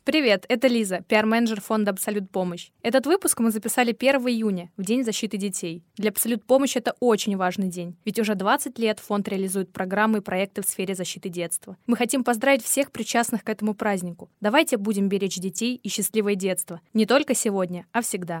Привет, это Лиза, пиар-менеджер фонда «Абсолют Помощь». Этот выпуск мы записали 1 июня, в День защиты детей. Для «Абсолют Помощь» это очень важный день, ведь уже 20 лет фонд реализует программы и проекты в сфере защиты детства. Мы хотим поздравить всех причастных к этому празднику. Давайте будем беречь детей и счастливое детство. Не только сегодня, а всегда.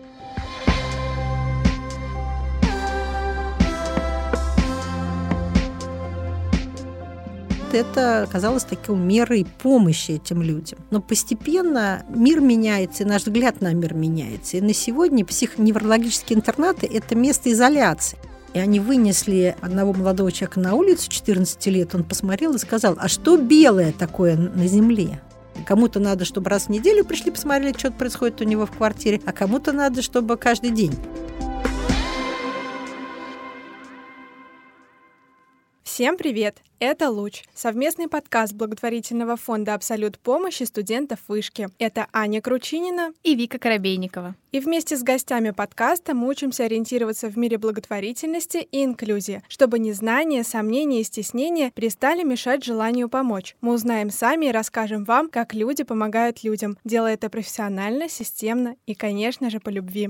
Это оказалось такой мерой помощи этим людям. Но постепенно мир меняется, и наш взгляд на мир меняется. И на сегодня психоневрологические интернаты – это место изоляции. И они вынесли одного молодого человека на улицу, 14 лет, он посмотрел и сказал: а что белое такое на земле? Кому-то надо, чтобы раз в неделю пришли, посмотрели, что происходит у него в квартире, а кому-то надо, чтобы каждый день. Всем привет! Это «Луч» — совместный подкаст благотворительного фонда «Абсолют Помощь» и студентов Вышки. Это Аня Кручинина и Вика Коробейникова. И вместе с гостями подкаста мы учимся ориентироваться в мире благотворительности и инклюзии, чтобы незнание, сомнения и стеснение перестали мешать желанию помочь. Мы узнаем сами и расскажем вам, как люди помогают людям, делая это профессионально, системно и, конечно же, по любви.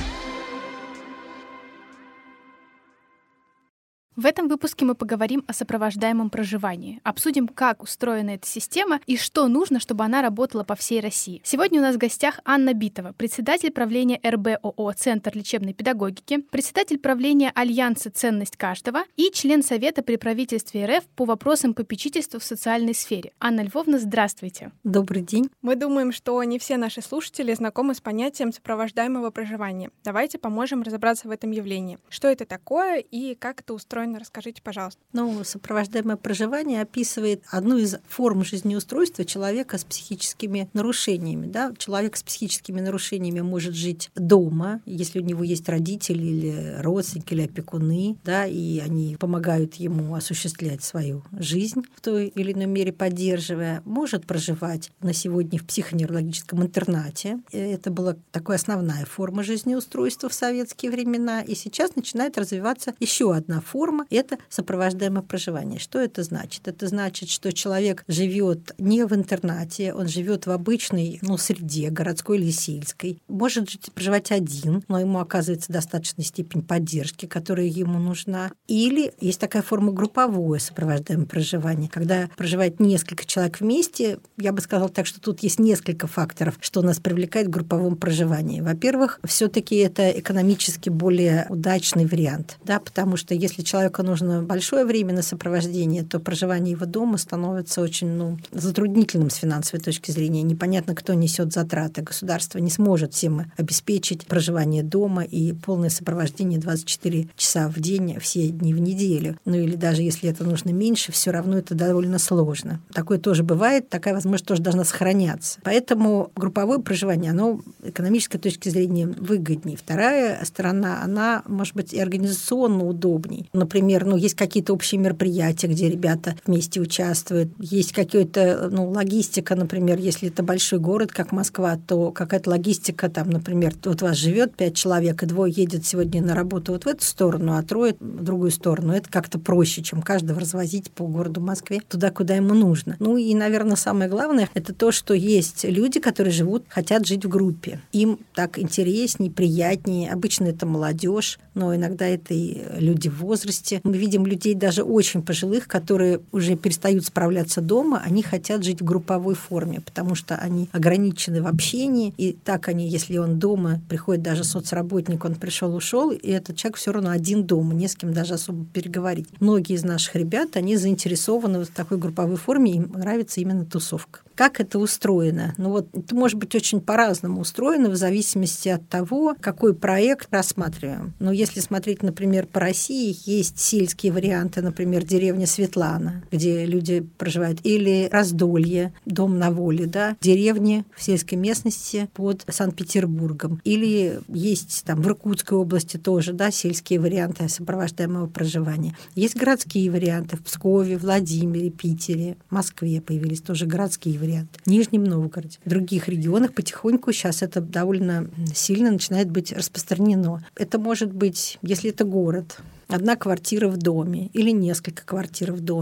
В этом выпуске мы поговорим о сопровождаемом проживании, обсудим, как устроена эта система и что нужно, чтобы она работала по всей России. Сегодня у нас в гостях Анна Битова, председатель правления РБ-ООО «Центр лечебной педагогики», председатель правления Альянса «Ценность каждого» и член Совета при правительстве РФ по вопросам попечительства в социальной сфере. Анна Львовна, здравствуйте. Добрый день. Мы думаем, что не все наши слушатели знакомы с понятием сопровождаемого проживания. Давайте поможем разобраться в этом явлении. Что это такое и как это устроено? Расскажите, пожалуйста. Сопровождаемое проживание описывает одну из форм жизнеустройства человека с психическими нарушениями. Да? Человек с психическими нарушениями может жить дома, если у него есть родители или родственники, или опекуны, да, и они помогают ему осуществлять свою жизнь в той или иной мере поддерживая. Может проживать на сегодня в психоневрологическом интернате. Это была такая основная форма жизнеустройства в советские времена. И сейчас начинает развиваться еще одна форма. Это сопровождаемое проживание. Что это значит? Это значит, что человек живет не в интернате, он живет в обычной среде, городской или сельской. Может проживать один, но ему оказывается достаточная степень поддержки, которая ему нужна. Или есть такая форма групповое сопровождаемое проживание, когда проживает несколько человек вместе. Я бы сказала так, что тут есть несколько факторов, что нас привлекает в групповом проживании. Во-первых, все-таки это экономически более удачный вариант, да, потому что если человеку нужно большое время на сопровождение, то проживание его дома становится очень затруднительным с финансовой точки зрения. Непонятно, кто несет затраты. Государство не сможет всем обеспечить проживание дома и полное сопровождение 24 часа в день, все дни в неделю. Или даже если это нужно меньше, все равно это довольно сложно. Такое тоже бывает, такая возможность тоже должна сохраняться. Поэтому групповое проживание, оно с экономической точки зрения выгоднее. Вторая сторона, она может быть и организационно удобней. Например, есть какие-то общие мероприятия, где ребята вместе участвуют. Есть какая-то логистика, например, если это большой город, как Москва, то какая-то логистика, там, например, вот у вас живет 5 человек, и 2 едет сегодня на работу вот в эту сторону, а 3 в другую сторону. Это как-то проще, чем каждого развозить по городу Москве туда, куда ему нужно. И, наверное, самое главное, это то, что есть люди, которые хотят жить в группе. Им так интереснее, приятнее. Обычно это молодежь, но иногда это и люди в возрасте. Мы видим людей даже очень пожилых, которые уже перестают справляться дома, они хотят жить в групповой форме, потому что они ограничены в общении, и так они, если он дома, приходит даже соцработник, он пришел, ушел, и этот человек все равно один дома, не с кем даже особо переговорить. Многие из наших ребят, они заинтересованы в такой групповой форме, им нравится именно тусовка. Как это устроено? Это может быть очень по-разному устроено в зависимости от того, какой проект рассматриваем. Если смотреть, например, по России, есть сельские варианты, например, деревня Светлана, где люди проживают, или Раздолье, дом на воле, да, деревни в сельской местности под Санкт-Петербургом. Или есть там в Иркутской области тоже, да, сельские варианты сопровождаемого проживания. Есть городские варианты в Пскове, Владимире, Питере, Москве появились тоже городские варианты. В Нижнем Новгороде. В других регионах потихоньку сейчас это довольно сильно начинает быть распространено. Это может быть, если это город, 1 квартира в доме или несколько квартир в доме.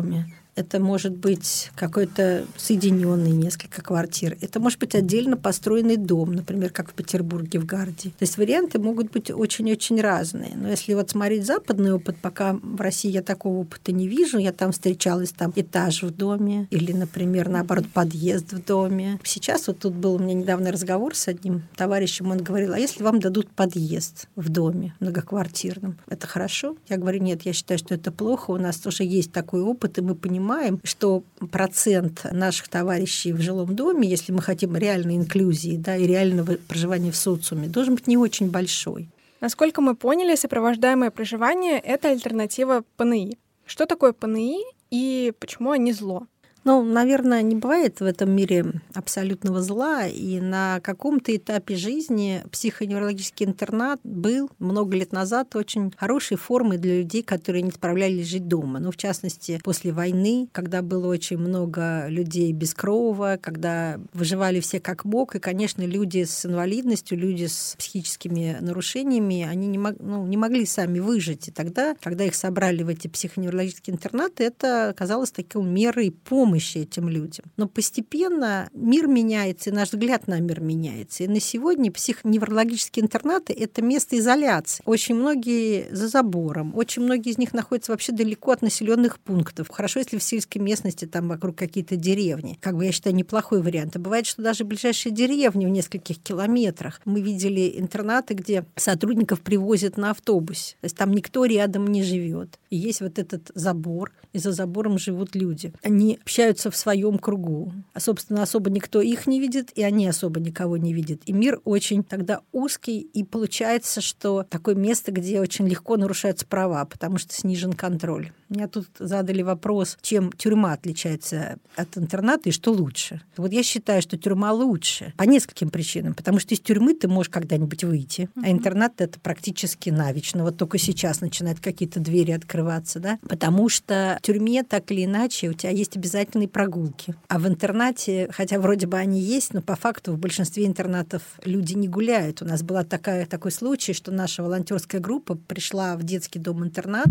Это может быть какой-то соединенный несколько квартир. Это может быть отдельно построенный дом, например, как в Петербурге, в Гарде. То есть варианты могут быть очень-очень разные. Но если вот смотреть западный опыт, пока в России я такого опыта не вижу. Я там встречалась, там этаж в доме или, например, наоборот, подъезд в доме. Сейчас вот тут был у меня недавно разговор с одним товарищем, он говорил, а если вам дадут подъезд в доме многоквартирном, это хорошо? Я говорю, нет, я считаю, что это плохо. У нас тоже есть такой опыт, и мы понимаем, что процент наших товарищей в жилом доме, если мы хотим реальной инклюзии, да, и реального проживания в социуме, должен быть не очень большой. Насколько мы поняли, сопровождаемое проживание — это альтернатива ПНИ. Что такое ПНИ и почему они зло? Ну, наверное, не бывает в этом мире абсолютного зла, и на каком-то этапе жизни психоневрологический интернат был много лет назад очень хорошей формой для людей, которые не справлялись жить дома. Ну, в частности, после войны, когда было очень много людей без крова, когда выживали все как мог, и, конечно, люди с инвалидностью, люди с психическими нарушениями, они не могли сами выжить. И тогда, когда их собрали в эти психоневрологические интернаты, это оказалось такой мерой помощи этим людям. Но постепенно мир меняется, и наш взгляд на мир меняется. И на сегодня психоневрологические интернаты — это место изоляции. Очень многие за забором, очень многие из них находятся вообще далеко от населенных пунктов. Хорошо, если в сельской местности там вокруг какие-то деревни. Как бы я считаю, неплохой вариант. А бывает, что даже ближайшие деревни в нескольких километрах. Мы видели интернаты, где сотрудников привозят на автобусе. То есть там никто рядом не живет. И есть вот этот забор, и за забором живут люди. Они общаются в своем кругу. А, собственно, особо никто их не видит, и они особо никого не видят. И мир очень тогда узкий, и получается, что такое место, где очень легко нарушаются права, потому что снижен контроль. Мне тут задали вопрос, чем тюрьма отличается от интерната и что лучше. Вот я считаю, что тюрьма лучше по нескольким причинам, потому что из тюрьмы ты можешь когда-нибудь выйти, а интернат — это практически навечно. Вот только сейчас начинают какие-то двери открываться, да? Потому что в тюрьме так или иначе у тебя есть обязательные прогулки. А в интернате, хотя вроде бы они есть, но по факту в большинстве интернатов люди не гуляют. У нас был такой случай, что наша волонтерская группа пришла в детский дом-интернат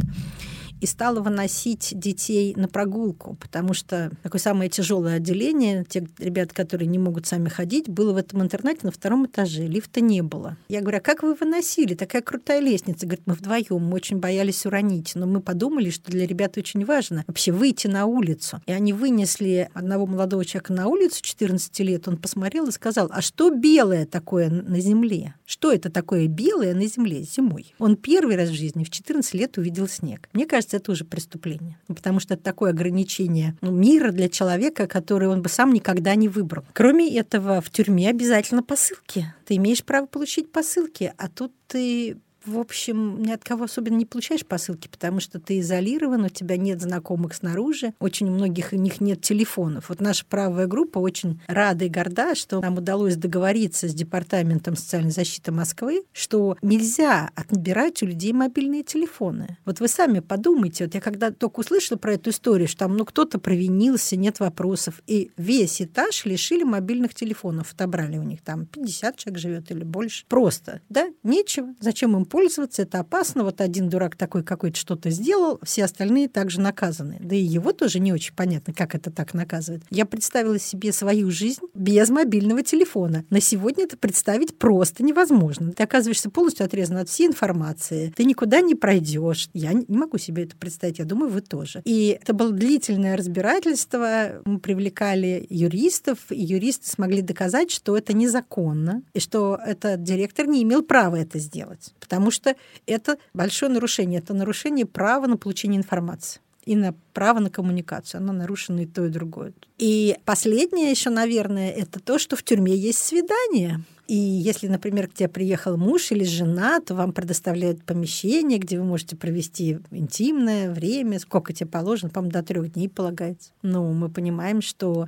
и стала выносить детей на прогулку, потому что такое самое тяжелое отделение, те ребята, которые не могут сами ходить, было в этом интернате на 2-м этаже, лифта не было. Я говорю, а как вы выносили? Такая крутая лестница. Говорит, мы вдвоем, мы очень боялись уронить, но мы подумали, что для ребят очень важно вообще выйти на улицу. И они вынесли одного молодого человека на улицу, 14 лет, он посмотрел и сказал, а что белое такое на земле? Что это такое белое на земле зимой? Он первый раз в жизни в 14 лет увидел снег. Мне кажется, это уже преступление, потому что это такое ограничение мира для человека, который он бы сам никогда не выбрал. Кроме этого, в тюрьме обязательно посылки. Ты имеешь право получить посылки, а тут ты, в общем, ни от кого особенно не получаешь посылки, потому что ты изолирован, у тебя нет знакомых снаружи, очень у многих у них нет телефонов. Вот наша правая группа очень рада и горда, что нам удалось договориться с Департаментом социальной защиты Москвы, что нельзя отбирать у людей мобильные телефоны. Вот вы сами подумайте, вот я когда только услышала про эту историю, что там кто-то провинился, нет вопросов, и весь этаж лишили мобильных телефонов, отобрали у них, там 50 человек живет или больше. Просто, да, нечего. Зачем им пользоваться, это опасно. Вот один дурак такой какой-то что-то сделал, все остальные также наказаны. Да и его тоже не очень понятно, как это так наказывает. Я представила себе свою жизнь без мобильного телефона. На сегодня это представить просто невозможно. Ты оказываешься полностью отрезан от всей информации. Ты никуда не пройдешь. Я не могу себе это представить. Я думаю, вы тоже. И это было длительное разбирательство. Мы привлекали юристов, и юристы смогли доказать, что это незаконно, и что этот директор не имел права это сделать. Потому что это большое нарушение. Это нарушение права на получение информации и на право на коммуникацию. Оно нарушено и то, и другое. И последнее еще, наверное, это то, что в тюрьме есть свидание. И если, например, к тебе приехал муж или жена, то вам предоставляют помещение, где вы можете провести интимное время, сколько тебе положено, по-моему, до 3 дней полагается. Ну, мы понимаем, что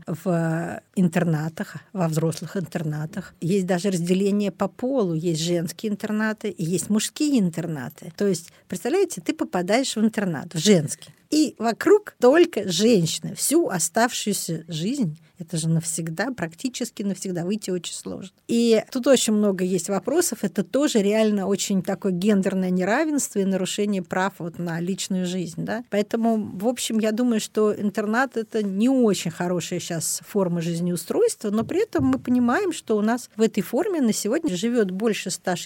в интернатах, во взрослых интернатах есть даже разделение по полу. Есть женские интернаты и есть мужские интернаты. То есть, представляете, ты попадаешь в интернат, в женский. И вокруг только женщины. Всю оставшуюся жизнь Это же навсегда, практически навсегда. Выйти очень сложно. И тут очень много есть вопросов. Это тоже реально очень такое гендерное неравенство и нарушение прав вот на личную жизнь. Да? Поэтому, в общем, я думаю, что интернат — это не очень хорошая сейчас форма жизнеустройства, но при этом мы понимаем, что у нас в этой форме на сегодня живет больше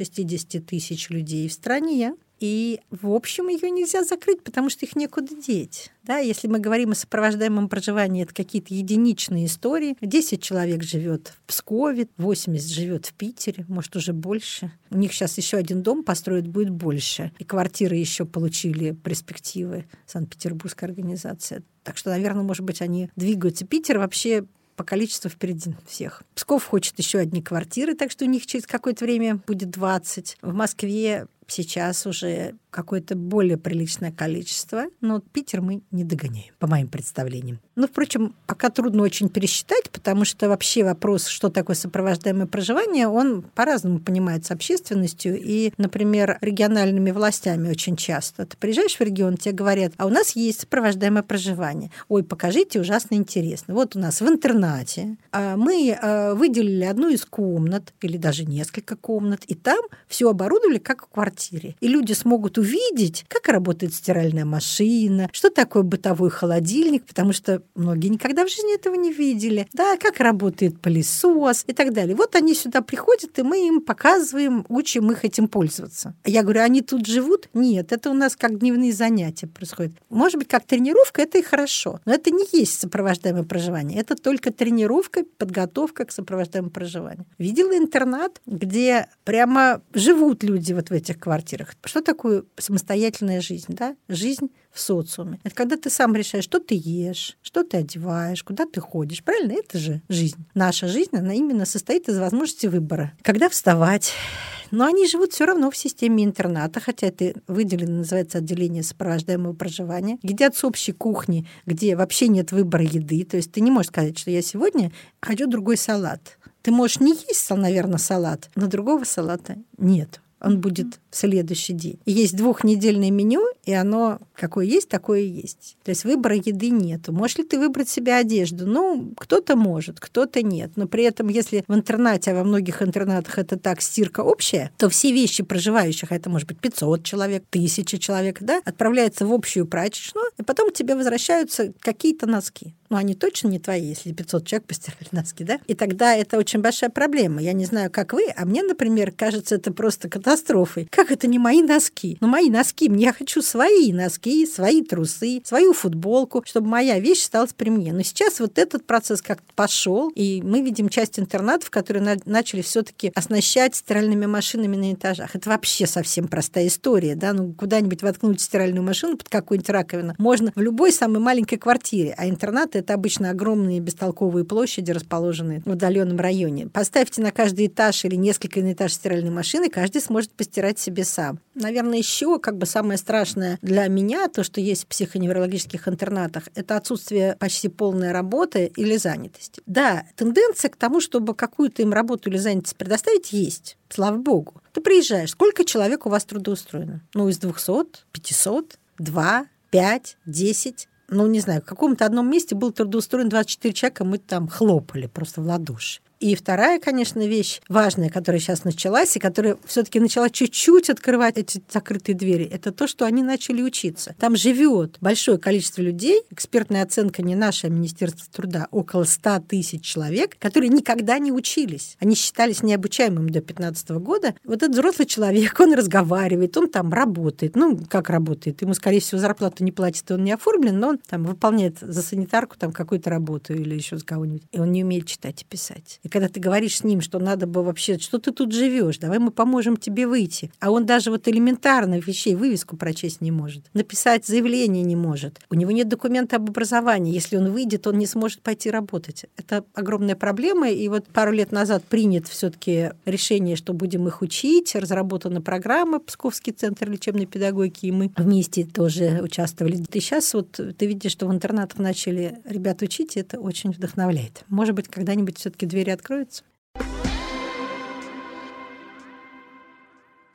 160 тысяч людей в стране. И, в общем, ее нельзя закрыть, потому что их некуда деть. Да, если мы говорим о сопровождаемом проживании, это какие-то единичные истории. 10 человек живет в Пскове, 80 живет в Питере, может, уже больше. У них сейчас еще один дом построят, будет больше. И квартиры еще получили перспективы, Санкт-Петербургская организация. Так что, наверное, может быть, они двигаются. Питер вообще по количеству впереди всех. Псков хочет еще одни квартиры, так что у них через какое-то время будет 20. В Москве сейчас уже какое-то более приличное количество, но Питер мы не догоняем, по моим представлениям. Ну, впрочем, пока трудно очень пересчитать, потому что вообще вопрос, что такое сопровождаемое проживание, он по-разному понимается общественностью и, например, региональными властями очень часто. Ты приезжаешь в регион, тебе говорят, а у нас есть сопровождаемое проживание. Ой, покажите, ужасно интересно. Вот у нас в интернате мы выделили одну из комнат, или даже несколько комнат, и там все оборудовали как в квартире. И люди смогут увидеть, как работает стиральная машина, что такое бытовой холодильник, потому что многие никогда в жизни этого не видели, да, как работает пылесос и так далее. Вот они сюда приходят, и мы им показываем, учим их этим пользоваться. Я говорю, они тут живут? Нет, это у нас как дневные занятия происходят. Может быть, как тренировка, это и хорошо, но это не есть сопровождаемое проживание, это только тренировка, подготовка к сопровождаемому проживанию. Видела интернат, где прямо живут люди вот в этих квартирах. Что такое самостоятельная жизнь, да? Жизнь в социуме. Это когда ты сам решаешь, что ты ешь, что ты одеваешь, куда ты ходишь. Правильно? Это же жизнь. Наша жизнь, она именно состоит из возможности выбора. Когда вставать. Но они живут все равно в системе интерната, хотя это выделено, называется отделение сопровождаемого проживания. Едят с общей кухни, где вообще нет выбора еды. То есть ты не можешь сказать, что я сегодня хочу другой салат. Ты можешь не есть, наверное, салат, но другого салата нет. Он будет в следующий день. И есть двухнедельное меню, и оно какое есть, такое и есть. То есть выбора еды нету. Можешь ли ты выбрать себе одежду? Ну, кто-то может, кто-то нет. Но при этом, если в интернате, а во многих интернатах это так, стирка общая, то все вещи проживающих, это может быть 500 человек, 1000 человек, да, отправляются в общую прачечную, и потом к тебе возвращаются какие-то носки. Но они точно не твои, если 500 человек постирали носки, да? И тогда это очень большая проблема. Я не знаю, как вы, а мне, например, кажется, это просто катастрофой. Как это не мои носки? Ну, мои носки. Я хочу свои носки, свои трусы, свою футболку, чтобы моя вещь осталась при мне. Но сейчас вот этот процесс как-то пошел, и мы видим часть интернатов, которые начали все-таки оснащать стиральными машинами на этажах. Это вообще совсем простая история, да? Ну, куда-нибудь воткнуть стиральную машину под какую-нибудь раковину можно в любой самой маленькой квартире, а интернат — это обычно огромные бестолковые площади, расположенные в удаленном районе. Поставьте на каждый этаж или несколько на этаж стиральной машины, каждый сможет постирать себе сам. Наверное, еще самое страшное для меня, то, что есть в психоневрологических интернатах, это отсутствие почти полной работы или занятости. Да, тенденция к тому, чтобы какую-то им работу или занятость предоставить, есть. Слава богу. Ты приезжаешь, сколько человек у вас трудоустроено? Ну, из 200, 500, 2, 5, 10... Ну, не знаю, в каком-то одном месте был трудоустроен 24 человека, мы там хлопали просто в ладоши. И вторая, конечно, вещь важная, которая сейчас началась, и которая все-таки начала чуть-чуть открывать эти закрытые двери, это то, что они начали учиться. Там живет большое количество людей, экспертная оценка не наша, а Министерство труда, около 100 тысяч человек, которые никогда не учились. Они считались необучаемыми до 2015 года. Вот этот взрослый человек, он разговаривает, он там работает. Ну, как работает? Ему, скорее всего, зарплату не платят, он не оформлен, но он там выполняет за санитарку там какую-то работу или еще за кого-нибудь. И он не умеет читать и писать. И когда ты говоришь с ним, что надо бы вообще, что ты тут живешь, давай мы поможем тебе выйти. А он даже вот элементарных вещей, вывеску прочесть не может, написать заявление не может. У него нет документа об образовании. Если он выйдет, он не сможет пойти работать. Это огромная проблема. И вот пару лет назад принят все-таки решение, что будем их учить. Разработана программа Псковский центр лечебной педагогики, и мы вместе тоже участвовали. И сейчас вот ты видишь, что в интернатах начали ребят учить, и это очень вдохновляет. Может быть, когда-нибудь все-таки двери откроются.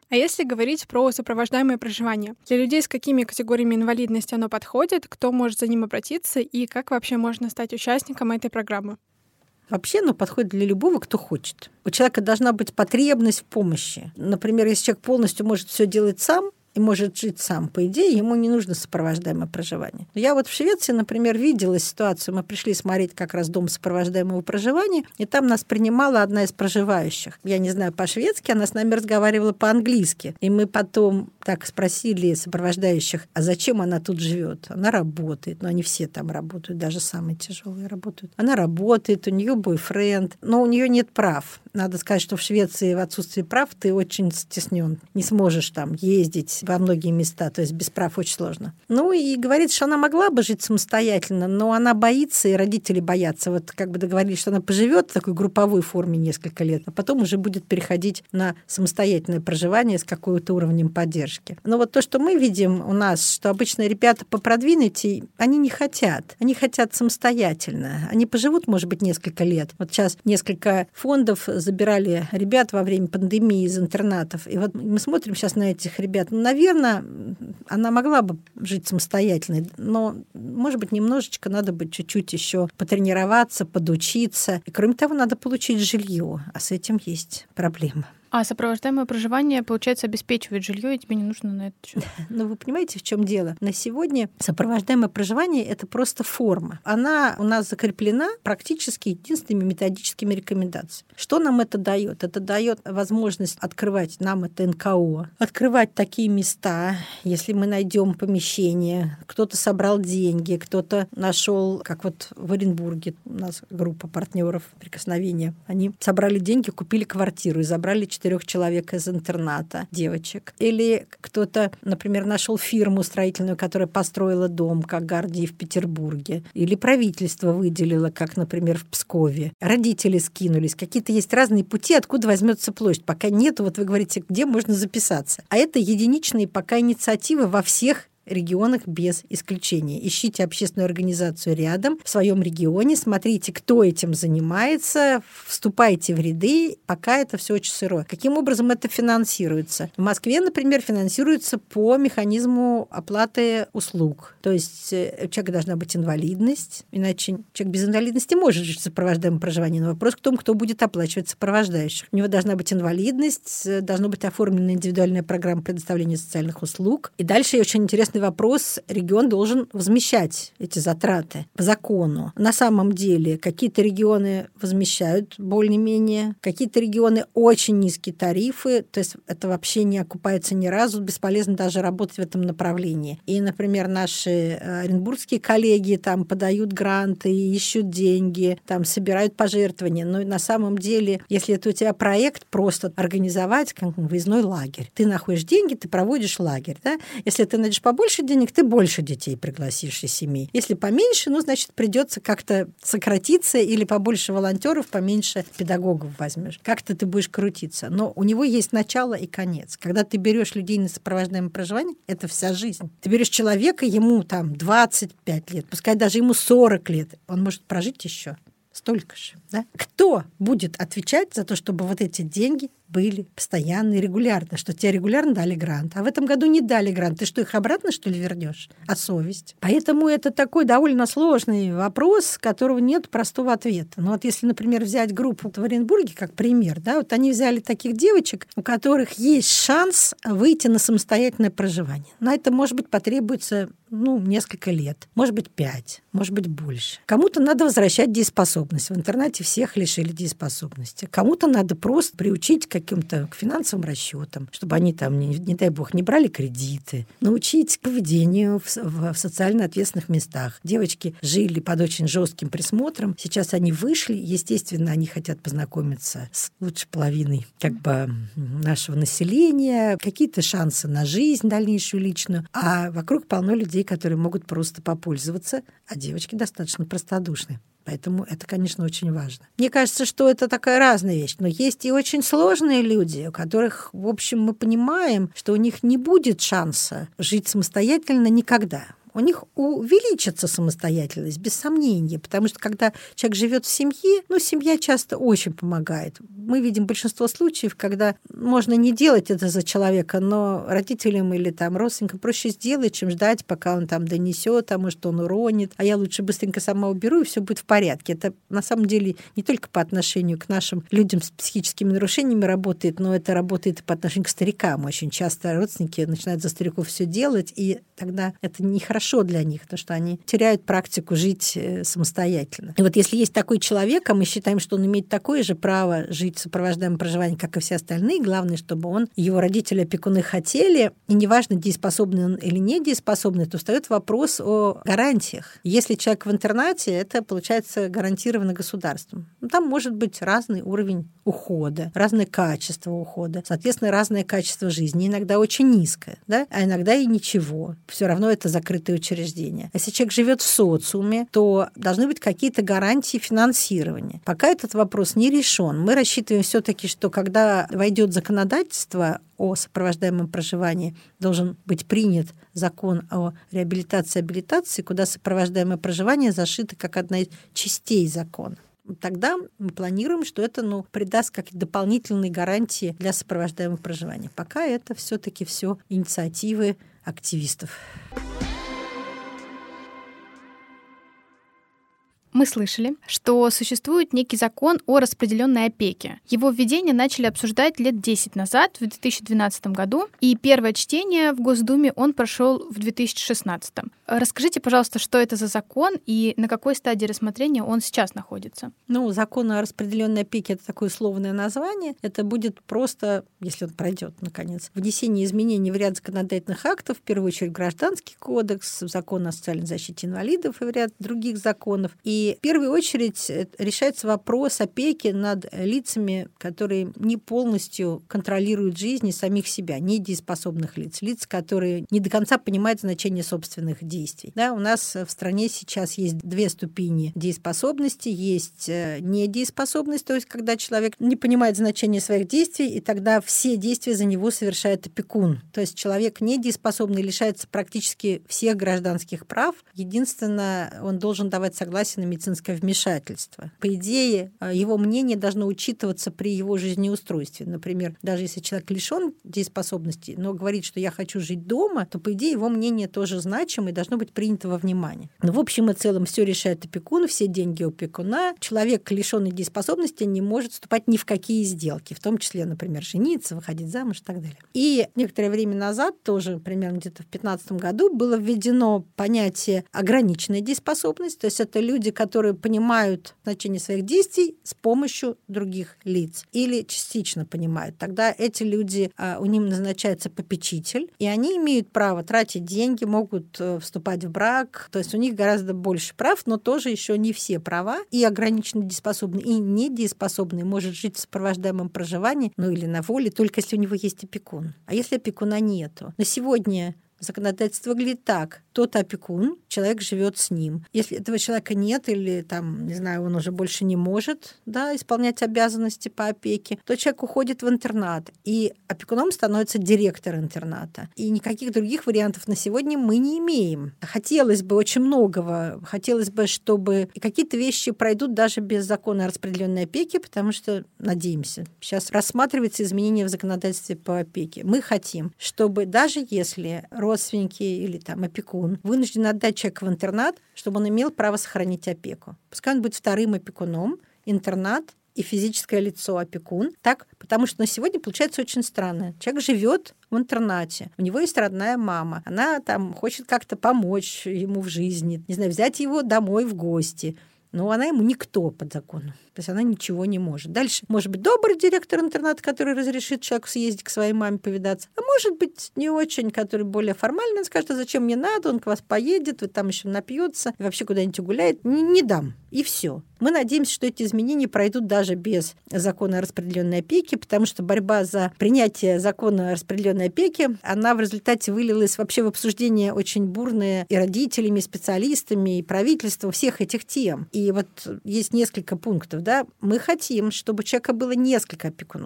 А если говорить про сопровождаемое проживание, для людей с какими категориями инвалидности оно подходит, кто может за ним обратиться и как вообще можно стать участником этой программы? Вообще, подходит для любого, кто хочет. У человека должна быть потребность в помощи. Например, если человек полностью может все делать сам, и может жить сам, по идее, ему не нужно сопровождаемое проживание. Я в Швеции, например, видела ситуацию. Мы пришли смотреть как раз дом сопровождаемого проживания, и там нас принимала одна из проживающих. Я не знаю по-шведски, она с нами разговаривала по-английски. И мы потом так спросили сопровождающих, а зачем она тут живет? Она работает. Они все там работают, даже самые тяжелые работают. Она работает, у нее бойфренд, но у нее нет прав. Надо сказать, что в Швеции в отсутствии прав ты очень стеснен. Не сможешь там ездить во многие места, то есть без прав очень сложно. И говорит, что она могла бы жить самостоятельно, но она боится, и родители боятся. Договорились, что она поживет в такой групповой форме несколько лет, а потом уже будет переходить на самостоятельное проживание с каким-то уровнем поддержки. Но то, что мы видим у нас, что обычно ребята попродвинутые, они не хотят. Они хотят самостоятельно. Они поживут, может быть, несколько лет. Сейчас несколько фондов забирали ребят во время пандемии из интернатов. И мы смотрим сейчас на этих ребят. Наверное, она могла бы жить самостоятельно, но, может быть, немножечко надо бы чуть-чуть еще потренироваться, подучиться. И, кроме того, надо получить жилье, а с этим есть проблема. А сопровождаемое проживание, получается, обеспечивает жилье, и тебе не нужно на это счет. Вы понимаете, в чем дело? На сегодня сопровождаемое проживание — это просто форма. Она у нас закреплена практически единственными методическими рекомендациями. Что нам это дает? Это дает возможность открывать, нам это НКО, открывать такие места, если мы найдем помещение, кто-то собрал деньги, кто-то нашел, как в Оренбурге у нас группа партнеров «Прикосновения». Они собрали деньги, купили квартиру и забрали 4 человек из интерната, девочек. Или кто-то, например, нашел фирму строительную, которая построила дом, как Гардии в Петербурге. Или правительство выделило, как, например, в Пскове. Родители скинулись. Какие-то есть разные пути, откуда возьмется площадь. Пока нет, вы говорите, где можно записаться. А это единичные пока инициативы во всех регионах без исключения. Ищите общественную организацию рядом, в своем регионе, смотрите, кто этим занимается, вступайте в ряды, пока это все очень сырое. Каким образом это финансируется? В Москве, например, финансируется по механизму оплаты услуг. То есть у человека должна быть инвалидность, иначе человек без инвалидности может жить в сопровождаемом проживании, но вопрос в том, кто будет оплачивать сопровождающих. У него должна быть инвалидность, должна быть оформлена индивидуальная программа предоставления социальных услуг. И дальше очень интересный вопрос. Регион должен возмещать эти затраты по закону. На самом деле какие-то регионы возмещают более-менее, какие-то регионы очень низкие тарифы, то есть это вообще не окупается ни разу, бесполезно даже работать в этом направлении. И, например, наши оренбургские коллеги там подают гранты, ищут деньги, там собирают пожертвования. Но на самом деле, если это у тебя проект, просто организовать как выездной лагерь. Ты находишь деньги, ты проводишь лагерь. Да? Если ты найдешь побольше денег, ты больше детей пригласишь из семьи. Если поменьше, значит, придется как-то сократиться или побольше волонтеров, поменьше педагогов возьмешь. Как-то ты будешь крутиться. Но у него есть начало и конец. Когда ты берешь людей на сопровождаемое проживание, это вся жизнь. Ты берешь человека, ему там 25 лет, пускай даже ему 40 лет, он может прожить еще столько же. Да? Кто будет отвечать за то, чтобы вот эти деньги были постоянно и регулярно, что тебе регулярно дали грант, а в этом году не дали грант. Ты что, их обратно, что ли, вернешь? А совесть? Поэтому это такой довольно сложный вопрос, которого нет простого ответа. Но если, например, взять группу в Оренбурге как пример, да, они взяли таких девочек, у которых есть шанс выйти на самостоятельное проживание. На это, может быть, потребуется несколько лет, может быть, 5, может быть, больше. Кому-то надо возвращать дееспособность. В интернате всех лишили дееспособности. Кому-то надо просто приучить к финансовым расчетам, чтобы они там, не дай бог, не брали кредиты, научить поведению в социально ответственных местах. Девочки жили под очень жестким присмотром. Сейчас они вышли, естественно, они хотят познакомиться с лучшей половиной нашего населения, какие-то шансы на жизнь дальнейшую личную, а вокруг полно людей, которые могут просто попользоваться, а девочки достаточно простодушны. Поэтому это, конечно, очень важно. Мне кажется, что это такая разная вещь. Но есть и очень сложные люди, у которых, в общем, мы понимаем, что у них не будет шанса жить самостоятельно никогда. У них увеличится самостоятельность, без сомнения, потому что когда человек живет в семье, семья часто очень помогает. мы видим большинство случаев, когда можно не делать это за человека, но родителям или там родственникам проще сделать, чем ждать, пока он там донесет, а может, он уронит, а я лучше быстренько сама уберу, и все будет в порядке. Это на самом деле не только по отношению к нашим людям с психическими нарушениями работает, но это работает и по отношению к старикам. Очень часто родственники начинают за стариков все делать, и тогда это нехорошо для них, потому что они теряют практику жить самостоятельно. И вот если есть такой человек, а мы считаем, что он имеет такое же право жить в сопровождаемом проживании, как и все остальные, главное, чтобы его родители, опекуны хотели, и неважно, дееспособный он или не дееспособный, то встает вопрос о гарантиях. Если человек в интернате, это, получается, гарантировано государством. Там может быть разный уровень ухода, разное качество ухода, соответственно, разное качество жизни, иногда очень низкое, да? А иногда и ничего. Все равно это закрытое учреждение. А если человек живет в социуме, то должны быть какие-то гарантии финансирования. Пока этот вопрос не решен. Мы рассчитываем все-таки, что когда войдет законодательство о сопровождаемом проживании, должен быть принят закон о реабилитации и абилитации, куда сопровождаемое проживание зашито как одна из частей закона. Тогда мы планируем, что это придаст как дополнительные гарантии для сопровождаемого проживания. Пока это все-таки все инициативы активистов. Мы слышали, что существует некий закон о распределенной опеке. Его введение начали обсуждать лет 10 назад, в 2012 году, и первое чтение в Госдуме он прошел в 2016. Расскажите, пожалуйста, что это за закон и на какой стадии рассмотрения он сейчас находится? Закон о распределенной опеке — это такое условное название. Это будет просто, если он пройдет, наконец, внесение изменений в ряд законодательных актов, в первую очередь Гражданский кодекс, закон о социальной защите инвалидов и в ряд других законов. И в первую очередь решается вопрос опеки над лицами, которые не полностью контролируют жизнь самих себя, недееспособных лиц, которые не до конца понимают значение собственных действий. Да, у нас в стране сейчас есть 2 ступени дееспособности. Есть недееспособность, то есть когда человек не понимает значение своих действий, и тогда все действия за него совершает опекун. То есть человек недееспособный лишается практически всех гражданских прав. Единственное, он должен давать согласие на медицинское вмешательство. По идее, его мнение должно учитываться при его жизнеустройстве. Например, даже если человек лишен дееспособности, но говорит, что я хочу жить дома, то, по идее, его мнение тоже значимо и должно быть принято во внимание. Но в общем и целом все решает опекун, все деньги у опекуна. Человек, лишенный дееспособности, не может вступать ни в какие сделки, в том числе, например, жениться, выходить замуж и так далее. И некоторое время назад, тоже примерно где-то в 2015 году, было введено понятие ограниченная дееспособность, то есть это люди, которые понимают значение своих действий с помощью других лиц или частично понимают. Тогда эти люди, у них назначается попечитель, и они имеют право тратить деньги, могут вступать в брак, то есть у них гораздо больше прав, но тоже еще не все права. И ограниченно дееспособный, и недееспособный может жить в сопровождаемом проживании, или на воле, только если у него есть опекун. А если опекуна нету? На сегодня законодательство выглядит так. Тот опекун, человек живет с ним. Если этого человека нет или он уже больше не может исполнять обязанности по опеке, то человек уходит в интернат, и опекуном становится директор интерната. И никаких других вариантов на сегодня мы не имеем. Хотелось бы очень многого. Хотелось бы, чтобы и какие-то вещи пройдут даже без закона о распределенной опеке, потому что, надеемся, сейчас рассматривается изменение в законодательстве по опеке. Мы хотим, чтобы даже если родственники или опекун вынужден отдать человека в интернат, чтобы он имел право сохранить опеку. Пускай он будет вторым опекуном, интернат и физическое лицо опекун. Так, потому что на сегодня получается очень странно. Человек живет в интернате, у него есть родная мама, она хочет как-то помочь ему в жизни, взять его домой в гости. Но она ему никто по закону. То есть она ничего не может. Дальше может быть добрый директор интерната, который разрешит человеку съездить к своей маме повидаться. А может быть не очень, который более формальный. Он скажет, а зачем мне надо, он к вас поедет, вы там еще напьется, и вообще куда-нибудь угуляет. Не дам. И все. Мы надеемся, что эти изменения пройдут даже без закона о распределенной опеке, потому что борьба за принятие закона о распределенной опеке, она в результате вылилась вообще в обсуждение очень бурное и родителями, и специалистами, и правительством всех этих тем. И вот есть несколько пунктов. Мы хотим, чтобы у человека было несколько опекунов.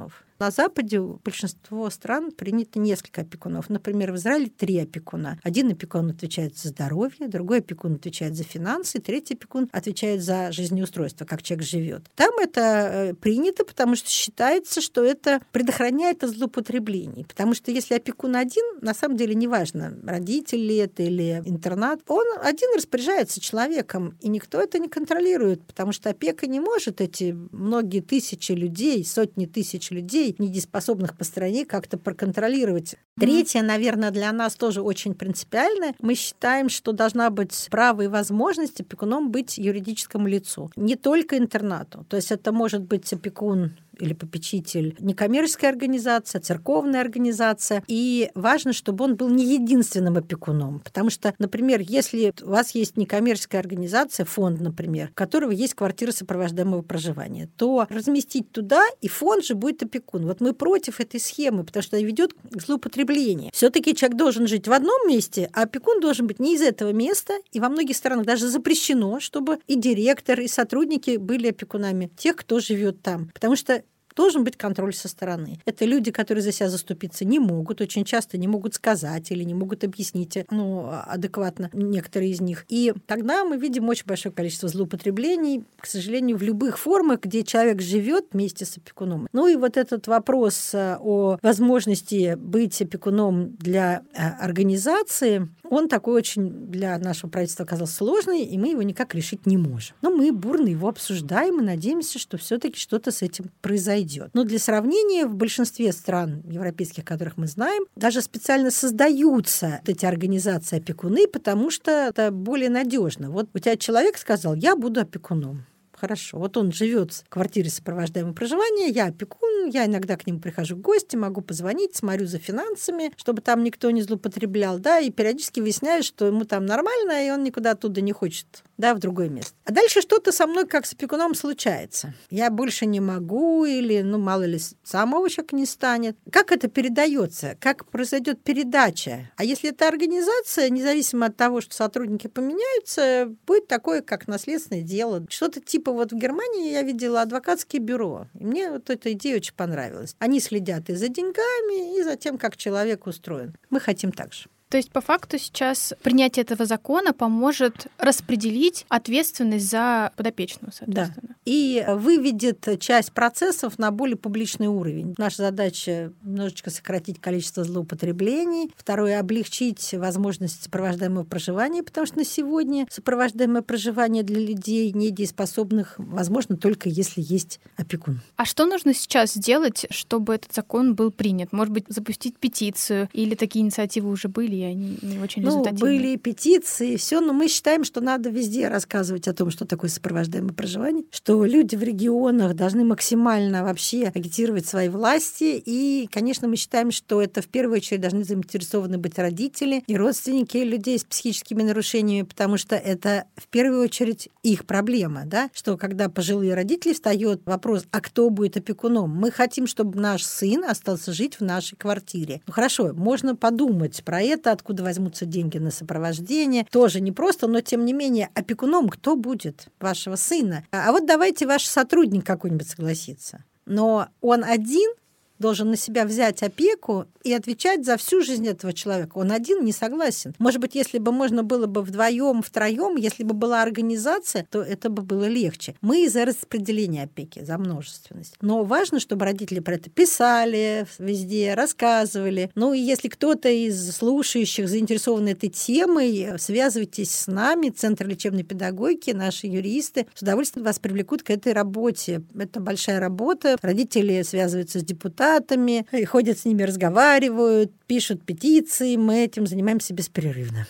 На Западе у большинства стран принято несколько опекунов. Например, в Израиле 3 опекуна. Один опекун отвечает за здоровье, другой опекун отвечает за финансы, третий опекун отвечает за жизнеустройство, как человек живет. Там это принято, потому что считается, что это предохраняет от злоупотреблений. Потому что если опекун один, на самом деле неважно, родитель ли это или интернат, он один распоряжается человеком, и никто это не контролирует, потому что опека не может эти многие тысячи людей, сотни тысяч людей, недееспособных по стране, как-то проконтролировать. Третье, наверное, для нас тоже очень принципиальное. Мы считаем, что должна быть право и возможность опекуном быть юридическому лицу. Не только интернату. То есть это может быть опекун или попечитель некоммерческая организация, церковная организация. И важно, чтобы он был не единственным опекуном. Потому что, например, если у вас есть некоммерческая организация, фонд, например, у которого есть квартира сопровождаемого проживания, то разместить туда, и фонд же будет опекун. Вот мы против этой схемы, потому что она ведет к злоупотреблению. Все-таки человек должен жить в одном месте, а опекун должен быть не из этого места. И во многих странах даже запрещено, чтобы и директор, и сотрудники были опекунами тех, кто живет там. Потому что должен быть контроль со стороны. Это люди, которые за себя заступиться не могут, очень часто не могут сказать или не могут объяснить адекватно некоторые из них. И тогда мы видим очень большое количество злоупотреблений, к сожалению, в любых формах, где человек живет вместе с опекуном. Ну и вот этот вопрос о возможности быть опекуном для организации, он такой очень для нашего правительства оказался сложный, и мы его никак решить не можем. Но мы бурно его обсуждаем и надеемся, что все-таки что-то с этим произойдет. Но для сравнения, в большинстве стран европейских, которых мы знаем, даже специально создаются эти организации опекуны, потому что это более надежно. Вот у тебя человек сказал: я буду опекуном. Хорошо. Вот он живет в квартире сопровождаемого проживания, я опекун, я иногда к нему прихожу в гости, могу позвонить, смотрю за финансами, чтобы там никто не злоупотреблял, да, и периодически выясняю, что ему там нормально, и он никуда оттуда не хочет, да, в другое место. А дальше что-то со мной, как с опекуном, случается. Я больше не могу, или, мало ли, самого человека не станет. Как это передается? Как произойдет передача? А если это организация, независимо от того, что сотрудники поменяются, будет такое, как наследственное дело. Что-то типа вот в Германии я видела адвокатские бюро. И мне вот эта идея очень понравилась. Они следят и за деньгами, и за тем, как человек устроен. Мы хотим так же. То есть, по факту, сейчас принятие этого закона поможет распределить ответственность за подопечного, соответственно. Да. И выведет часть процессов на более публичный уровень. Наша задача немножечко сократить количество злоупотреблений. Второе — облегчить возможность сопровождаемого проживания, потому что на сегодня сопровождаемое проживание для людей недееспособных возможно только если есть опекун. А что нужно сейчас сделать, чтобы этот закон был принят? Может быть, запустить петицию? Или такие инициативы уже были, и они не очень результативны? Были петиции, все, но мы считаем, что надо везде рассказывать о том, что такое сопровождаемое проживание, что люди в регионах должны максимально вообще агитировать свои власти. И, конечно, мы считаем, что это в первую очередь должны заинтересованы быть родители и родственники людей с психическими нарушениями, потому что это в первую очередь их проблема, да? Что когда пожилые родители, встает вопрос: а кто будет опекуном? Мы хотим, чтобы наш сын остался жить в нашей квартире. Хорошо, можно подумать про это, откуда возьмутся деньги на сопровождение. Тоже непросто, но тем не менее, опекуном кто будет вашего сына? А вот давайте ваш сотрудник какой-нибудь согласится. Но он один должен на себя взять опеку и отвечать за всю жизнь этого человека. Он один не согласен. Может быть, если бы можно было бы вдвоем, втроем, если бы была организация, то это бы было легче. Мы за распределение опеки, за множественность. Но важно, чтобы родители про это писали везде, рассказывали. И если кто-то из слушающих заинтересован этой темой, связывайтесь с нами, Центр лечебной педагогики, наши юристы с удовольствием вас привлекут к этой работе. Это большая работа. Родители связываются с депутатами, ходят с ними, разговаривают, пишут петиции. Мы этим занимаемся беспрерывно.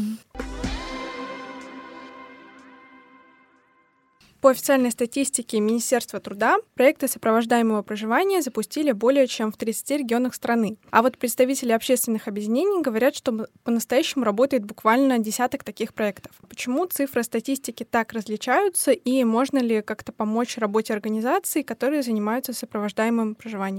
По официальной статистике Министерства труда, проекты сопровождаемого проживания запустили более чем в 30 регионах страны. А вот представители общественных объединений говорят, что по-настоящему работает буквально десяток таких проектов. Почему цифры статистики так различаются, и можно ли как-то помочь работе организаций, которые занимаются сопровождаемым проживанием?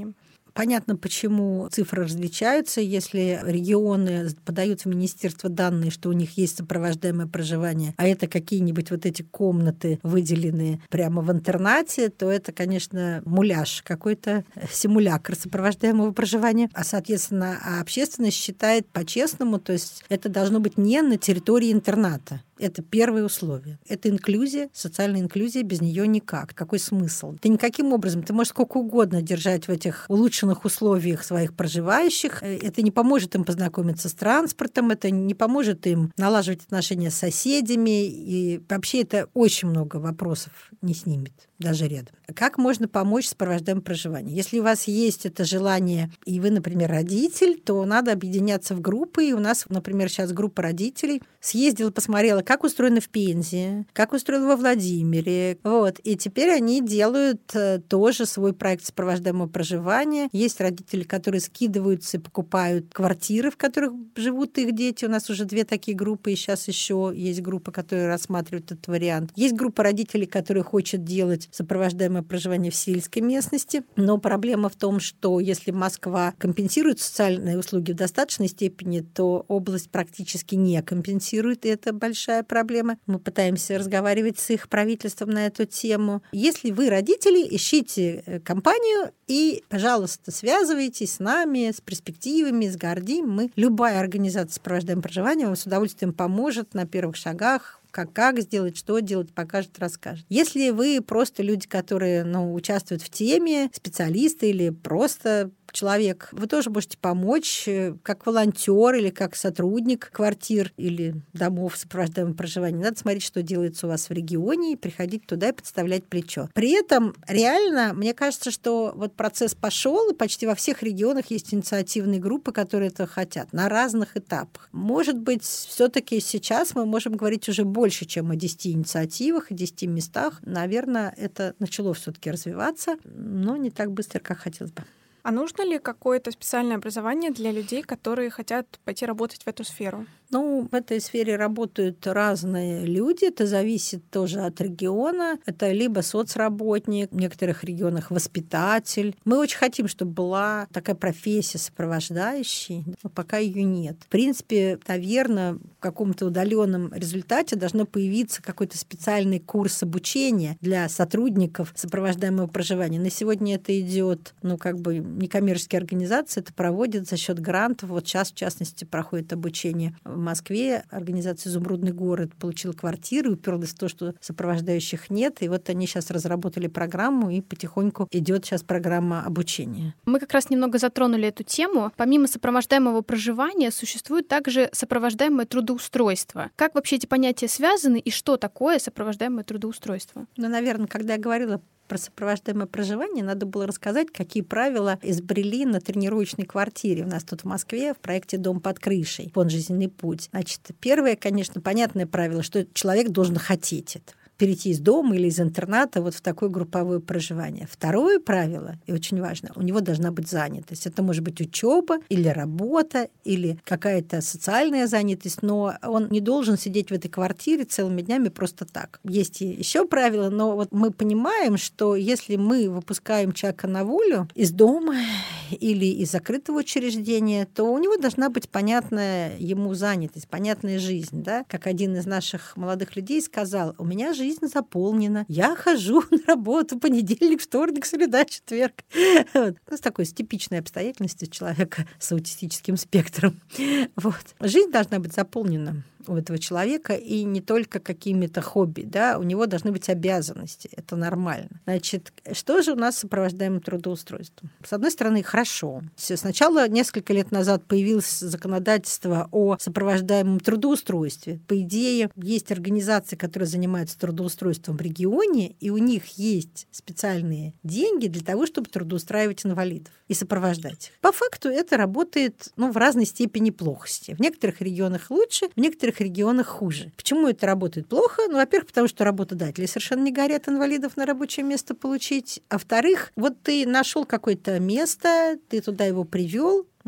Понятно, почему цифры различаются. Если регионы подают в министерство данные, что у них есть сопровождаемое проживание, а это какие-нибудь вот эти комнаты, выделенные прямо в интернате, то это, конечно, муляж, какой-то симулякр сопровождаемого проживания. А, соответственно, общественность считает по-честному, то есть это должно быть не на территории интерната. Это первое условие. Это инклюзия, социальная инклюзия, без нее никак. Какой смысл? Ты никаким образом, ты можешь сколько угодно держать в этих улучшенных условиях своих проживающих. Это не поможет им познакомиться с транспортом, это не поможет им налаживать отношения с соседями. И вообще это очень много вопросов не снимет, даже рядом. Как можно помочь в сопровождаемом проживании? Если у вас есть это желание, и вы, например, родитель, то надо объединяться в группы. И у нас, например, сейчас группа родителей съездила, посмотрела, как устроено в Пензе, как устроено во Владимире. Вот. И теперь они делают тоже свой проект сопровождаемого проживания. Есть родители, которые скидываются и покупают квартиры, в которых живут их дети. У нас уже 2 такие группы, и сейчас еще есть группа, которая рассматривает этот вариант. Есть группа родителей, которые хочет делать сопровождаемое проживание в сельской местности. Но проблема в том, что если Москва компенсирует социальные услуги в достаточной степени, то область практически не компенсирует, и это большая проблема. Мы пытаемся разговаривать с их правительством на эту тему. Если вы родители, ищите компанию и, пожалуйста, связывайтесь с нами, с перспективами, с Гордим. Любая организация сопровождаемого проживания вам с удовольствием поможет на первых шагах, как сделать, что делать, покажет, расскажет. Если вы просто люди, которые участвуют в теме, специалисты или просто человек, вы тоже можете помочь как волонтер или как сотрудник квартир или домов сопровождаемого проживания. Надо смотреть, что делается у вас в регионе, и приходить туда и подставлять плечо. При этом реально, мне кажется, что вот процесс пошел, и почти во всех регионах есть инициативные группы, которые это хотят на разных этапах. Может быть, все-таки сейчас мы можем говорить уже больше, чем о 10 инициативах и 10 местах. Наверное, это начало все-таки развиваться, но не так быстро, как хотелось бы. А нужно ли какое-то специальное образование для людей, которые хотят пойти работать в эту сферу? В этой сфере работают разные люди. Это зависит тоже от региона. Это либо соцработник, в некоторых регионах воспитатель. Мы очень хотим, чтобы была такая профессия сопровождающей, но пока ее нет. В принципе, наверное, в каком-то удаленном результате должно появиться какой-то специальный курс обучения для сотрудников сопровождаемого проживания. На сегодня это идет, некоммерческие организации это проводят за счет грантов. Вот сейчас, в частности, проходит обучение в Москве. Организация «Изумрудный город» получила квартиру, уперлась в то, что сопровождающих нет. И вот они сейчас разработали программу, и потихоньку идет сейчас программа обучения. Мы как раз немного затронули эту тему. Помимо сопровождаемого проживания существует также сопровождаемое трудоустройство. Как вообще эти понятия связаны и что такое сопровождаемое трудоустройство? Наверное, когда я говорила про сопровождаемое проживание, надо было рассказать, какие правила изобрели на тренировочной квартире у нас тут в Москве в проекте «Дом под крышей», «Фонд «Жизненный путь». Значит, первое, конечно, понятное правило, что человек должен хотеть это. Перейти из дома или из интерната вот в такое групповое проживание. Второе правило, и очень важно, у него должна быть занятость. Это может быть учеба или работа, или какая-то социальная занятость, но он не должен сидеть в этой квартире целыми днями просто так. Есть еще правила, но вот мы понимаем, что если мы выпускаем человека на волю из дома или из закрытого учреждения, то у него должна быть понятная ему занятость, понятная жизнь. Да? Как один из наших молодых людей сказал, у меня жизнь заполнена. Я хожу на работу понедельник, вторник, среда, четверг. Вот. Такое типичное обстоятельство человека с аутистическим спектром. Вот. Жизнь должна быть заполнена у этого человека, и не только какими-то хобби, да, у него должны быть обязанности, это нормально. Значит, что же у нас с сопровождаемым трудоустройством? С одной стороны, хорошо. Сначала, несколько лет назад, появилось законодательство о сопровождаемом трудоустройстве. По идее, есть организации, которые занимаются трудоустройством в регионе, и у них есть специальные деньги для того, чтобы трудоустраивать инвалидов и сопровождать их. По факту это работает в разной степени плохости. В некоторых регионах лучше, в некоторых регионах хуже. Почему это работает плохо? Во-первых, потому что работодатели совершенно не горят инвалидов на рабочее место получить. А во-вторых, вот ты нашел какое-то место, ты туда его привел,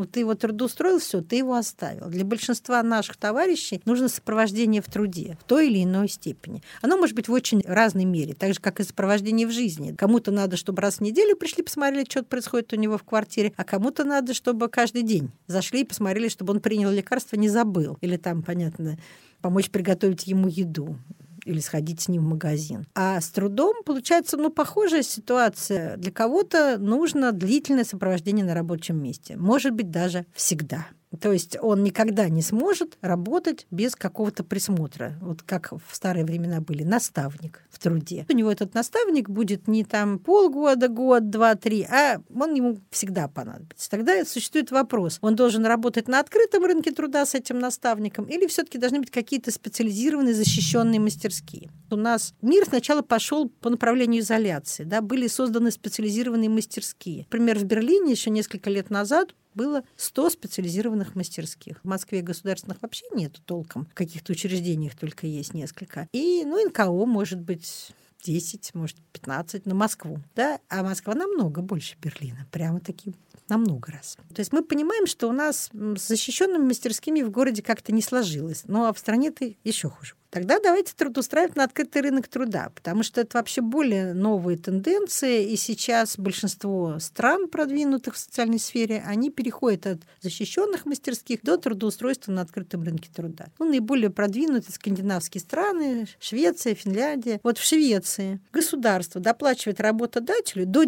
Ну, ты его трудоустроил, все, ты его оставил. Для большинства наших товарищей нужно сопровождение в труде в той или иной степени. Оно может быть в очень разной мере, так же, как и сопровождение в жизни. Кому-то надо, чтобы раз в неделю пришли, посмотрели, что происходит у него в квартире, а кому-то надо, чтобы каждый день зашли и посмотрели, чтобы он принял лекарство, не забыл. Или там, понятно, помочь приготовить ему еду или сходить с ним в магазин. А с трудом получается, похожая ситуация. Для кого-то нужно длительное сопровождение на рабочем месте. Может быть, даже всегда. То есть он никогда не сможет работать без какого-то присмотра. Вот как в старые времена были наставник в труде. У него этот наставник будет не там полгода, год, 2-3, а он ему всегда понадобится. Тогда существует вопрос, он должен работать на открытом рынке труда с этим наставником или все-таки должны быть какие-то специализированные защищенные мастерские. У нас мир сначала пошел по направлению изоляции. Да, были созданы специализированные мастерские. Например, в Берлине еще несколько лет назад было 100 специализированных мастерских. В Москве государственных вообще нету толком. В каких-то учреждениях только есть несколько. И, НКО может быть 10, может 15 на Москву. Да? А Москва намного больше Берлина. Прямо-таки на много раз. То есть мы понимаем, что у нас с защищенными мастерскими в городе как-то не сложилось. Ну, а в стране-то еще хуже. Тогда давайте трудоустраивать на открытый рынок труда, потому что это вообще более новые тенденции, и сейчас большинство стран, продвинутых в социальной сфере, они переходят от защищенных мастерских до трудоустройства на открытом рынке труда. Наиболее продвинутые скандинавские страны, Швеция, Финляндия. Вот в Швеции государство доплачивает работодателю до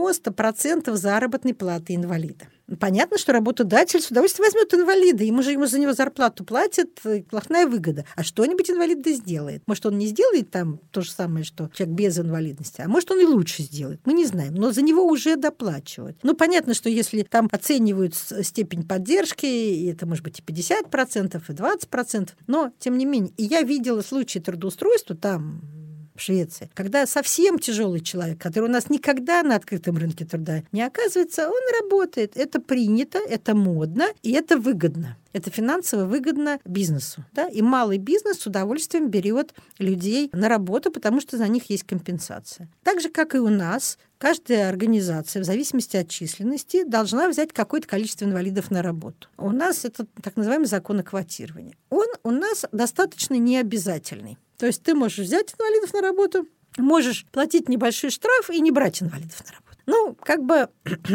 90% заработной платы инвалида. Понятно, что работодатель с удовольствием возьмет инвалида, ему за него зарплату платят, плохая выгода. А что-нибудь инвалид сделает. Может, он не сделает там то же самое, что человек без инвалидности, а может, он и лучше сделает. Мы не знаем, но за него уже доплачивают. Понятно, что если там оценивают степень поддержки, и это может быть и 50%, и 20%, но тем не менее. И я видела случаи трудоустройства там, в Швеции, когда совсем тяжелый человек, который у нас никогда на открытом рынке труда не оказывается, он работает. Это принято, это модно, и это выгодно. Это финансово выгодно бизнесу. Да? И малый бизнес с удовольствием берет людей на работу, потому что за них есть компенсация. Так же, как и у нас, каждая организация, в зависимости от численности, должна взять какое-то количество инвалидов на работу. У нас это так называемый закон о квотировании. Он у нас достаточно необязательный. То есть ты можешь взять инвалидов на работу, можешь платить небольшой штраф и не брать инвалидов на работу.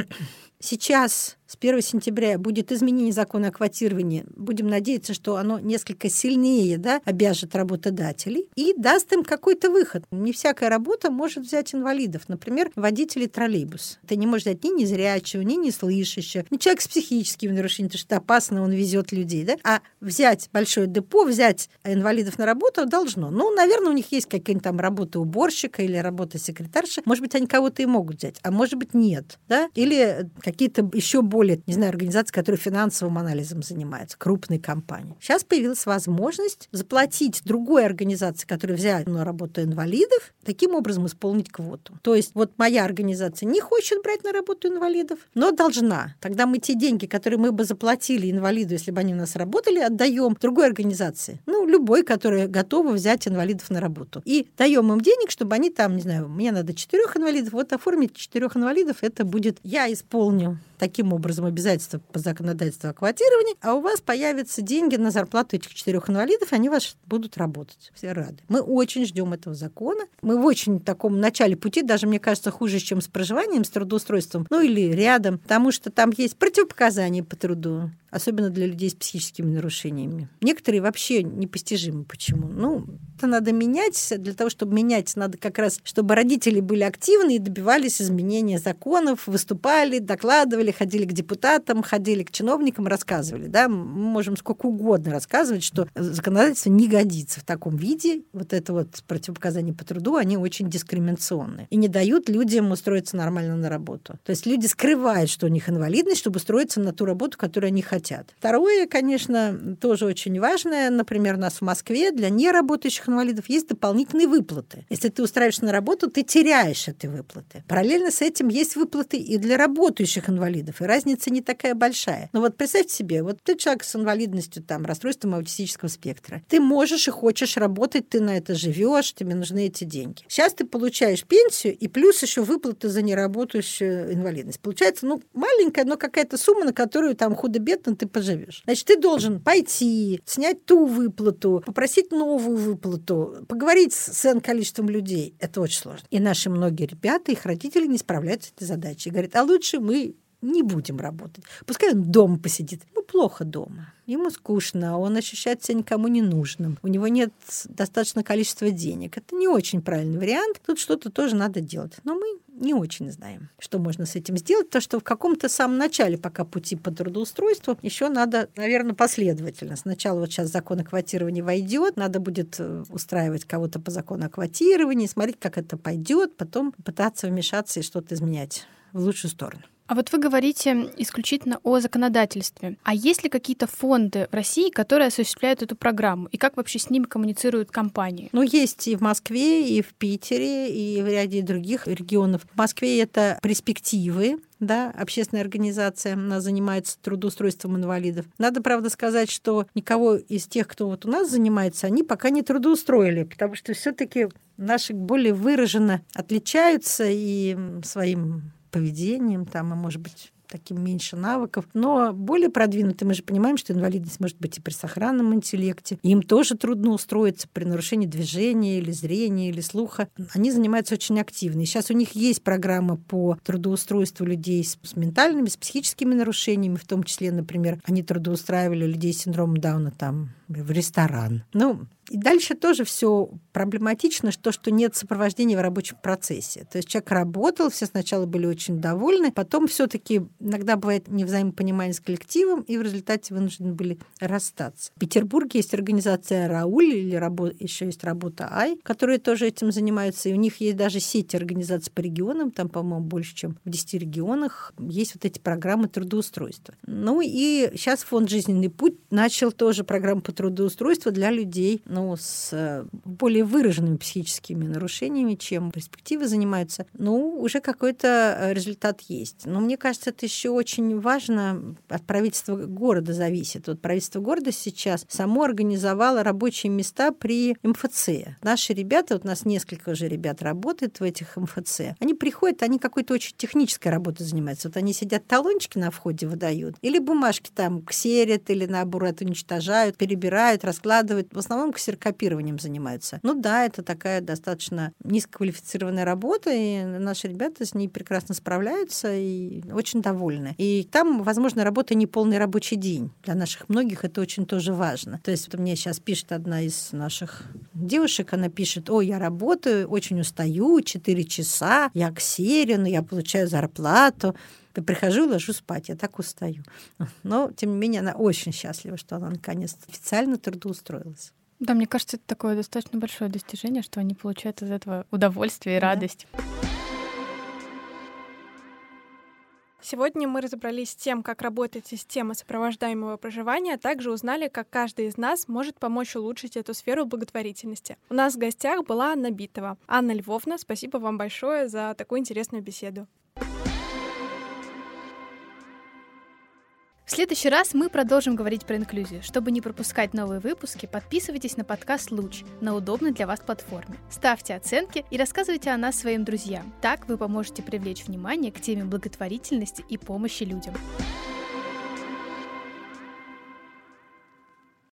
Сейчас с 1 сентября будет изменение закона о квотировании. Будем надеяться, что оно несколько сильнее обяжет работодателей и даст им какой-то выход. Не всякая работа может взять инвалидов. Например, водители троллейбуса. Ты не можешь взять ни незрячего, ни неслышащего, ни человека с психическими нарушениями, потому что это опасно, он везет людей. Да? А взять большое депо, взять инвалидов на работу должно. Наверное, у них есть какая-нибудь там работа уборщика или работа секретарши. Может быть, они кого-то и могут взять, а может быть, нет. Да? Или какие-то еще более, организации, которые финансовым анализом занимаются, крупные компании. Сейчас появилась возможность заплатить другой организации, которая взяла на работу инвалидов, таким образом исполнить квоту. То есть моя организация не хочет брать на работу инвалидов, но должна. Тогда мы те деньги, которые мы бы заплатили инвалиду, если бы они у нас работали, отдаем другой организации. Любой, которая готова взять инвалидов на работу. И даем им денег, чтобы они там, мне надо 4 инвалидов, оформить 4 инвалидов, это будет, я исполню таким образом обязательства по законодательству о квотировании, а у вас появятся деньги на зарплату этих 4 инвалидов, и они вас будут работать. Все рады. Мы очень ждем этого закона. Мы в очень таком начале пути, даже, мне кажется, хуже, чем с проживанием, с трудоустройством, или рядом, потому что там есть противопоказания по труду, особенно для людей с психическими нарушениями. Некоторые вообще непостижимы. Почему? Это надо менять. Для того, чтобы менять, надо как раз, чтобы родители были активны и добивались изменения законов, выступали, докладывали, ходили к депутатам, ходили к чиновникам, рассказывали. Да? Мы можем сколько угодно рассказывать, что законодательство не годится в таком виде. Это противопоказания по труду, они очень дискриминационные. И не дают людям устроиться нормально на работу. То есть люди скрывают, что у них инвалидность, чтобы устроиться на ту работу, которую они хотят. хотят. Второе, конечно, тоже очень важное. Например, у нас в Москве для неработающих инвалидов есть дополнительные выплаты. Если ты устраиваешься на работу, ты теряешь эти выплаты. Параллельно с этим есть выплаты и для работающих инвалидов, и разница не такая большая. Но вот представьте себе, вот ты человек с инвалидностью, расстройством аутистического спектра. Ты можешь и хочешь работать, ты на это живешь, тебе нужны эти деньги. Сейчас ты получаешь пенсию и плюс еще выплаты за неработающую инвалидность. Получается, маленькая, но какая-то сумма, на которую худо-бедно ты поживешь. Значит, ты должен пойти, снять ту выплату, попросить новую выплату, поговорить с энным количеством людей. Это очень сложно. И наши многие ребята, их родители не справляются с этой задачей. Говорят, а лучше мы не будем работать. Пускай он дома посидит. Плохо дома. Ему скучно, он ощущает себя никому не нужным. У него нет достаточного количества денег. Это не очень правильный вариант. Тут что-то тоже надо делать. Но мы не очень знаем, что можно с этим сделать, потому что в каком-то самом начале, пока пути по трудоустройству, еще надо, наверное, последовательно. Сначала вот сейчас закон о квотировании войдет, надо будет устраивать кого-то по закону о квотировании, смотреть, как это пойдет, потом пытаться вмешаться и что-то изменять в лучшую сторону. А вот вы говорите исключительно о законодательстве. А есть ли какие-то фонды в России, которые осуществляют эту программу? И как вообще с ними коммуницируют компании? Есть и в Москве, и в Питере, и в ряде других регионов. В Москве это «Перспективы», общественная организация, она занимается трудоустройством инвалидов. Надо, правда, сказать, что никого из тех, кто вот у нас занимается, они пока не трудоустроили, потому что все-таки наши более выраженно отличаются и своим поведением, и, может быть, таким меньше навыков, но более продвинутые. Мы же понимаем, что инвалидность может быть и при сохранном интеллекте. Им тоже трудно устроиться при нарушении движения или зрения, или слуха. Они занимаются очень активно. И сейчас у них есть программа по трудоустройству людей с ментальными, с психическими нарушениями, в том числе, например, они трудоустраивали людей с синдромом Дауна в ресторан. И дальше тоже все проблематично, что нет сопровождения в рабочем процессе. То есть человек работал, все сначала были очень довольны, потом все-таки иногда бывает невзаимопонимание с коллективом, и в результате вынуждены были расстаться. В Петербурге есть организация «Рауль», или еще есть «Работа Ай», которые тоже этим занимаются, и у них есть даже сеть организаций по регионам, там, по-моему, больше, чем в 10 регионах есть вот эти программы трудоустройства. И сейчас фонд «Жизненный путь» начал тоже программу по трудоустройству для людей, с более выраженными психическими нарушениями, чем «Перспективы» занимаются. Уже какой-то результат есть. Но мне кажется, это еще очень важно, от правительства города зависит. Вот правительство города сейчас само организовало рабочие места при МФЦ. Наши ребята, у нас несколько уже ребят работает в этих МФЦ, они приходят, они какой-то очень технической работой занимаются. Вот они сидят, талончики на входе выдают, или бумажки ксерят, или наоборот уничтожают, перебирают, раскладывают. В основном ксерокопированием занимаются. Это такая достаточно низкоквалифицированная работа, и наши ребята с ней прекрасно справляются и очень довольны. И там, возможно, работа не полный рабочий день. Для наших многих это очень тоже важно. То есть мне сейчас пишет одна из наших девушек, она пишет: я работаю, очень устаю, 4 часа, я ксерю, я получаю зарплату. Я прихожу и ложусь спать, я так устаю. Но, тем не менее, она очень счастлива, что она наконец-то официально трудоустроилась. Да, мне кажется, это такое достаточно большое достижение, что они получают из этого удовольствие и радость. Сегодня мы разобрались с тем, как работает система сопровождаемого проживания, а также узнали, как каждый из нас может помочь улучшить эту сферу благотворительности. У нас в гостях была Анна Битова. Анна Львовна, спасибо вам большое за такую интересную беседу. В следующий раз мы продолжим говорить про инклюзию. Чтобы не пропускать новые выпуски, подписывайтесь на подкаст «Луч» на удобной для вас платформе. Ставьте оценки и рассказывайте о нас своим друзьям. Так вы поможете привлечь внимание к теме благотворительности и помощи людям.